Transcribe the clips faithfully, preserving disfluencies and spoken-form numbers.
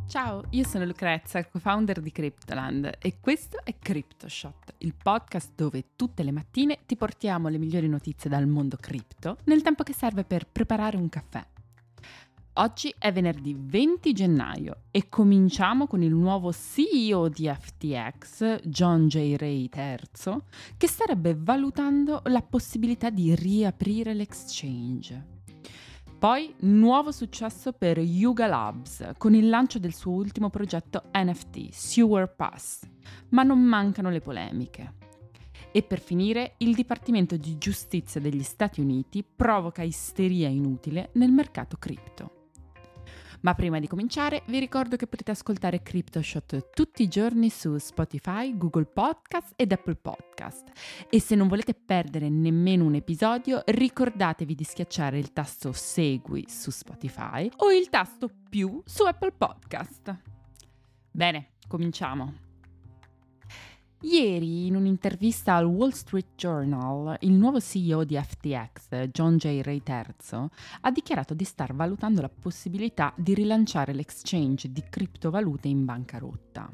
Ciao, io sono Lucrezia, co-founder di Cryptoland e questo è CryptoShot, il podcast dove tutte le mattine ti portiamo le migliori notizie dal mondo cripto nel tempo che serve per preparare un caffè. Oggi è venerdì venti gennaio e cominciamo con il nuovo C E O di F T X, John J. Ray terzo, che starebbe valutando la possibilità di riaprire l'exchange. Poi, nuovo successo per Yuga Labs con il lancio del suo ultimo progetto N F T, Sewer Pass, ma non mancano le polemiche. E per finire, il Dipartimento di Giustizia degli Stati Uniti provoca isteria inutile nel mercato cripto. Ma prima di cominciare vi ricordo che potete ascoltare CryptoShot tutti i giorni su Spotify, Google Podcast ed Apple Podcast. E se non volete perdere nemmeno un episodio, ricordatevi di schiacciare il tasto Segui su Spotify o il tasto più su Apple Podcast. Bene, cominciamo. Ieri, in un'intervista al Wall Street Journal, il nuovo C E O di F T X, John J. Ray terzo, ha dichiarato di star valutando la possibilità di rilanciare l'exchange di criptovalute in bancarotta.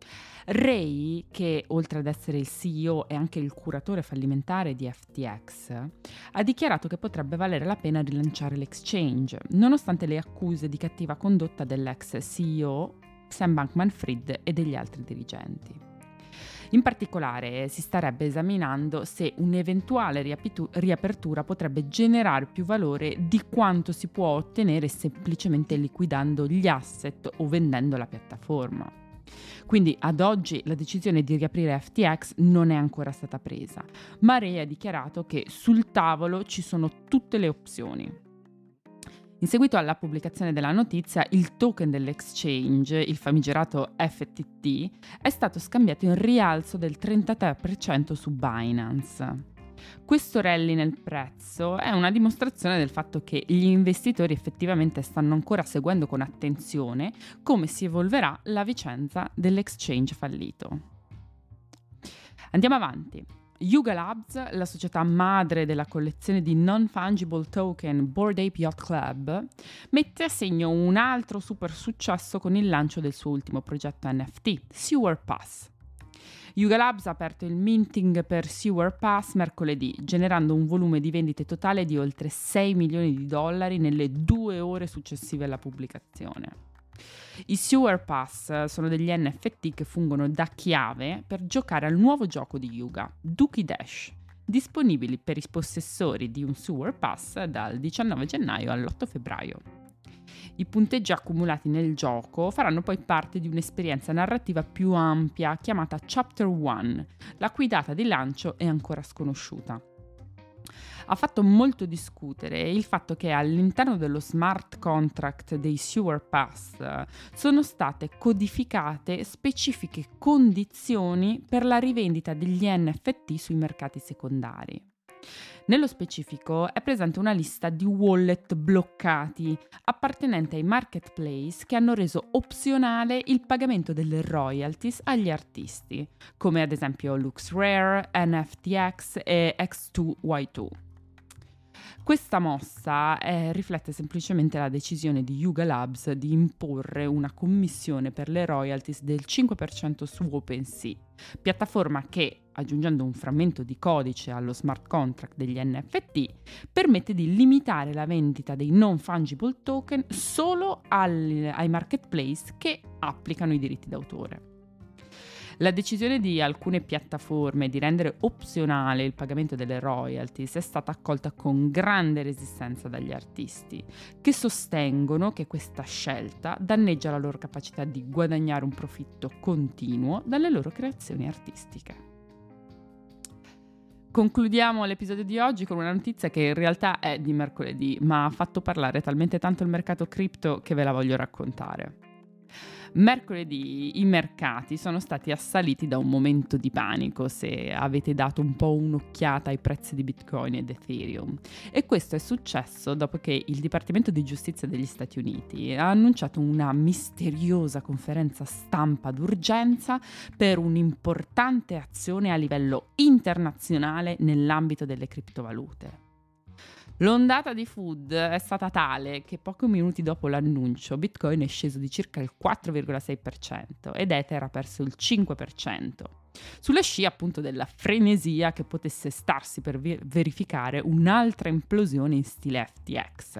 Ray, che oltre ad essere il C E O è anche il curatore fallimentare di F T X, ha dichiarato che potrebbe valere la pena rilanciare l'exchange, nonostante le accuse di cattiva condotta dell'ex C E O Sam Bankman-Fried e degli altri dirigenti. In particolare si starebbe esaminando se un'eventuale riapitu- riapertura potrebbe generare più valore di quanto si può ottenere semplicemente liquidando gli asset o vendendo la piattaforma. Quindi ad oggi la decisione di riaprire F T X non è ancora stata presa, ma Ray ha dichiarato che sul tavolo ci sono tutte le opzioni. In seguito alla pubblicazione della notizia, il token dell'exchange, il famigerato F T T, è stato scambiato in rialzo del trentatré per cento su Binance. Questo rally nel prezzo è una dimostrazione del fatto che gli investitori effettivamente stanno ancora seguendo con attenzione come si evolverà la vicenda dell'exchange fallito. Andiamo avanti. Yuga Labs, la società madre della collezione di non-fungible token Bored Ape Yacht Club, mette a segno un altro super successo con il lancio del suo ultimo progetto N F T, Sewer Pass. Yuga Labs ha aperto il minting per Sewer Pass mercoledì, generando un volume di vendite totale di oltre sei milioni di dollari nelle due ore successive alla pubblicazione. I Sewer Pass sono degli N F T che fungono da chiave per giocare al nuovo gioco di Yuga, Dookie Dash, disponibili per i possessori di un Sewer Pass dal diciannove gennaio all'otto febbraio. I punteggi accumulati nel gioco faranno poi parte di un'esperienza narrativa più ampia chiamata Chapter uno, la cui data di lancio è ancora sconosciuta. Ha fatto molto discutere il fatto che all'interno dello smart contract dei Sewer Pass sono state codificate specifiche condizioni per la rivendita degli N F T sui mercati secondari. Nello specifico è presente una lista di wallet bloccati appartenenti ai marketplace che hanno reso opzionale il pagamento delle royalties agli artisti, come ad esempio LuxRare, N F T X e X due Y due. Questa mossa eh, riflette semplicemente la decisione di Yuga Labs di imporre una commissione per le royalties del cinque per cento su OpenSea, piattaforma che, aggiungendo un frammento di codice allo smart contract degli N F T, permette di limitare la vendita dei non-fungible token solo al, ai marketplace che applicano i diritti d'autore. La decisione di alcune piattaforme di rendere opzionale il pagamento delle royalties è stata accolta con grande resistenza dagli artisti, che sostengono che questa scelta danneggia la loro capacità di guadagnare un profitto continuo dalle loro creazioni artistiche. Concludiamo l'episodio di oggi con una notizia che in realtà è di mercoledì, ma ha fatto parlare talmente tanto il mercato cripto che ve la voglio raccontare. Mercoledì i mercati sono stati assaliti da un momento di panico, se avete dato un po' un'occhiata ai prezzi di Bitcoin ed Ethereum. E questo è successo dopo che il Dipartimento di Giustizia degli Stati Uniti ha annunciato una misteriosa conferenza stampa d'urgenza per un'importante azione a livello internazionale nell'ambito delle criptovalute. L'ondata di F U D è stata tale che pochi minuti dopo l'annuncio Bitcoin è sceso di circa il quattro virgola sei per cento ed Ether ha perso il cinque per cento, sulle scie appunto della frenesia che potesse starsi per vi- verificare un'altra implosione in stile F T X.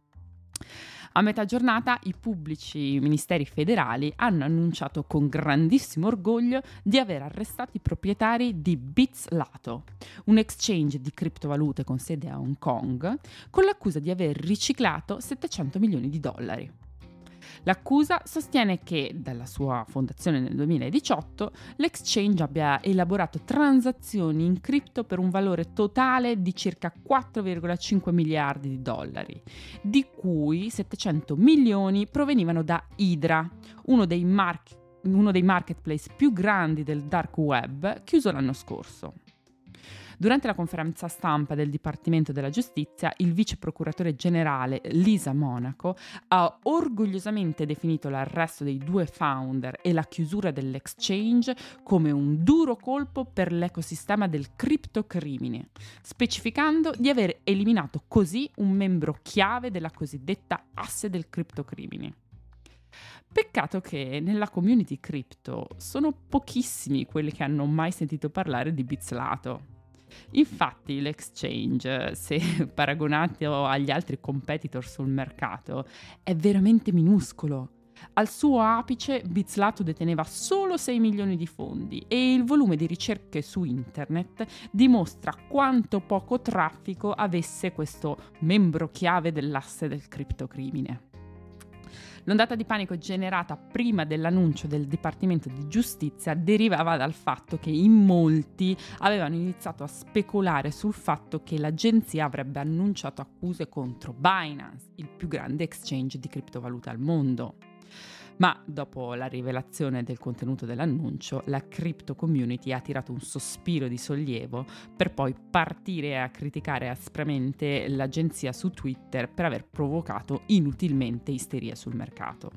A metà giornata i pubblici ministeri federali hanno annunciato con grandissimo orgoglio di aver arrestato i proprietari di BitsLato, un exchange di criptovalute con sede a Hong Kong, con l'accusa di aver riciclato settecento milioni di dollari. L'accusa sostiene che, dalla sua fondazione nel duemiladiciotto, l'exchange abbia elaborato transazioni in cripto per un valore totale di circa quattro virgola cinque miliardi di dollari, di cui settecento milioni provenivano da Hydra, uno dei, mar- uno dei marketplace più grandi del dark web, chiuso l'anno scorso. Durante la conferenza stampa del Dipartimento della Giustizia, il vice procuratore generale Lisa Monaco ha orgogliosamente definito l'arresto dei due founder e la chiusura dell'exchange come un duro colpo per l'ecosistema del criptocrimine, specificando di aver eliminato così un membro chiave della cosiddetta asse del criptocrimine. Peccato che nella community crypto sono pochissimi quelli che hanno mai sentito parlare di BitsLato. Infatti l'exchange, se paragonato agli altri competitor sul mercato, è veramente minuscolo. Al suo apice BitsLato deteneva solo sei milioni di fondi e il volume di ricerche su internet dimostra quanto poco traffico avesse questo membro chiave dell'asse del criptocrimine. L'ondata di panico generata prima dell'annuncio del Dipartimento di Giustizia derivava dal fatto che in molti avevano iniziato a speculare sul fatto che l'agenzia avrebbe annunciato accuse contro Binance, il più grande exchange di criptovalute al mondo. Ma dopo la rivelazione del contenuto dell'annuncio, la crypto community ha tirato un sospiro di sollievo per poi partire a criticare aspramente l'agenzia su Twitter per aver provocato inutilmente isteria sul mercato.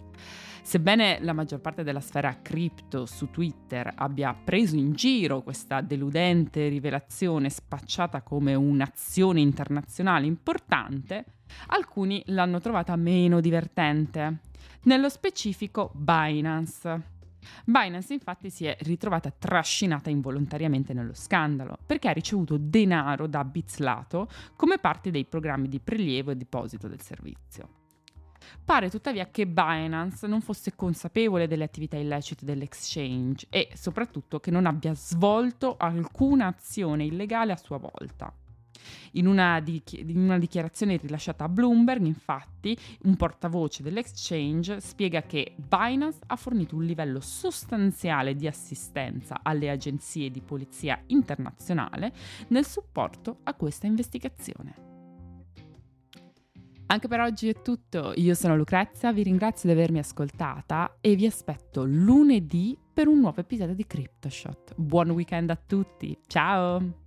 Sebbene la maggior parte della sfera cripto su Twitter abbia preso in giro questa deludente rivelazione spacciata come un'azione internazionale importante, alcuni l'hanno trovata meno divertente. Nello specifico Binance. Binance infatti si è ritrovata trascinata involontariamente nello scandalo perché ha ricevuto denaro da BitsLato come parte dei programmi di prelievo e deposito del servizio. Pare tuttavia che Binance non fosse consapevole delle attività illecite dell'exchange e soprattutto che non abbia svolto alcuna azione illegale a sua volta. In una, dichi- in una dichiarazione rilasciata a Bloomberg, infatti, un portavoce dell'exchange spiega che Binance ha fornito un livello sostanziale di assistenza alle agenzie di polizia internazionale nel supporto a questa investigazione. Anche per oggi è tutto, io sono Lucrezia, vi ringrazio di avermi ascoltata e vi aspetto lunedì per un nuovo episodio di CryptoShot. Buon weekend a tutti, ciao!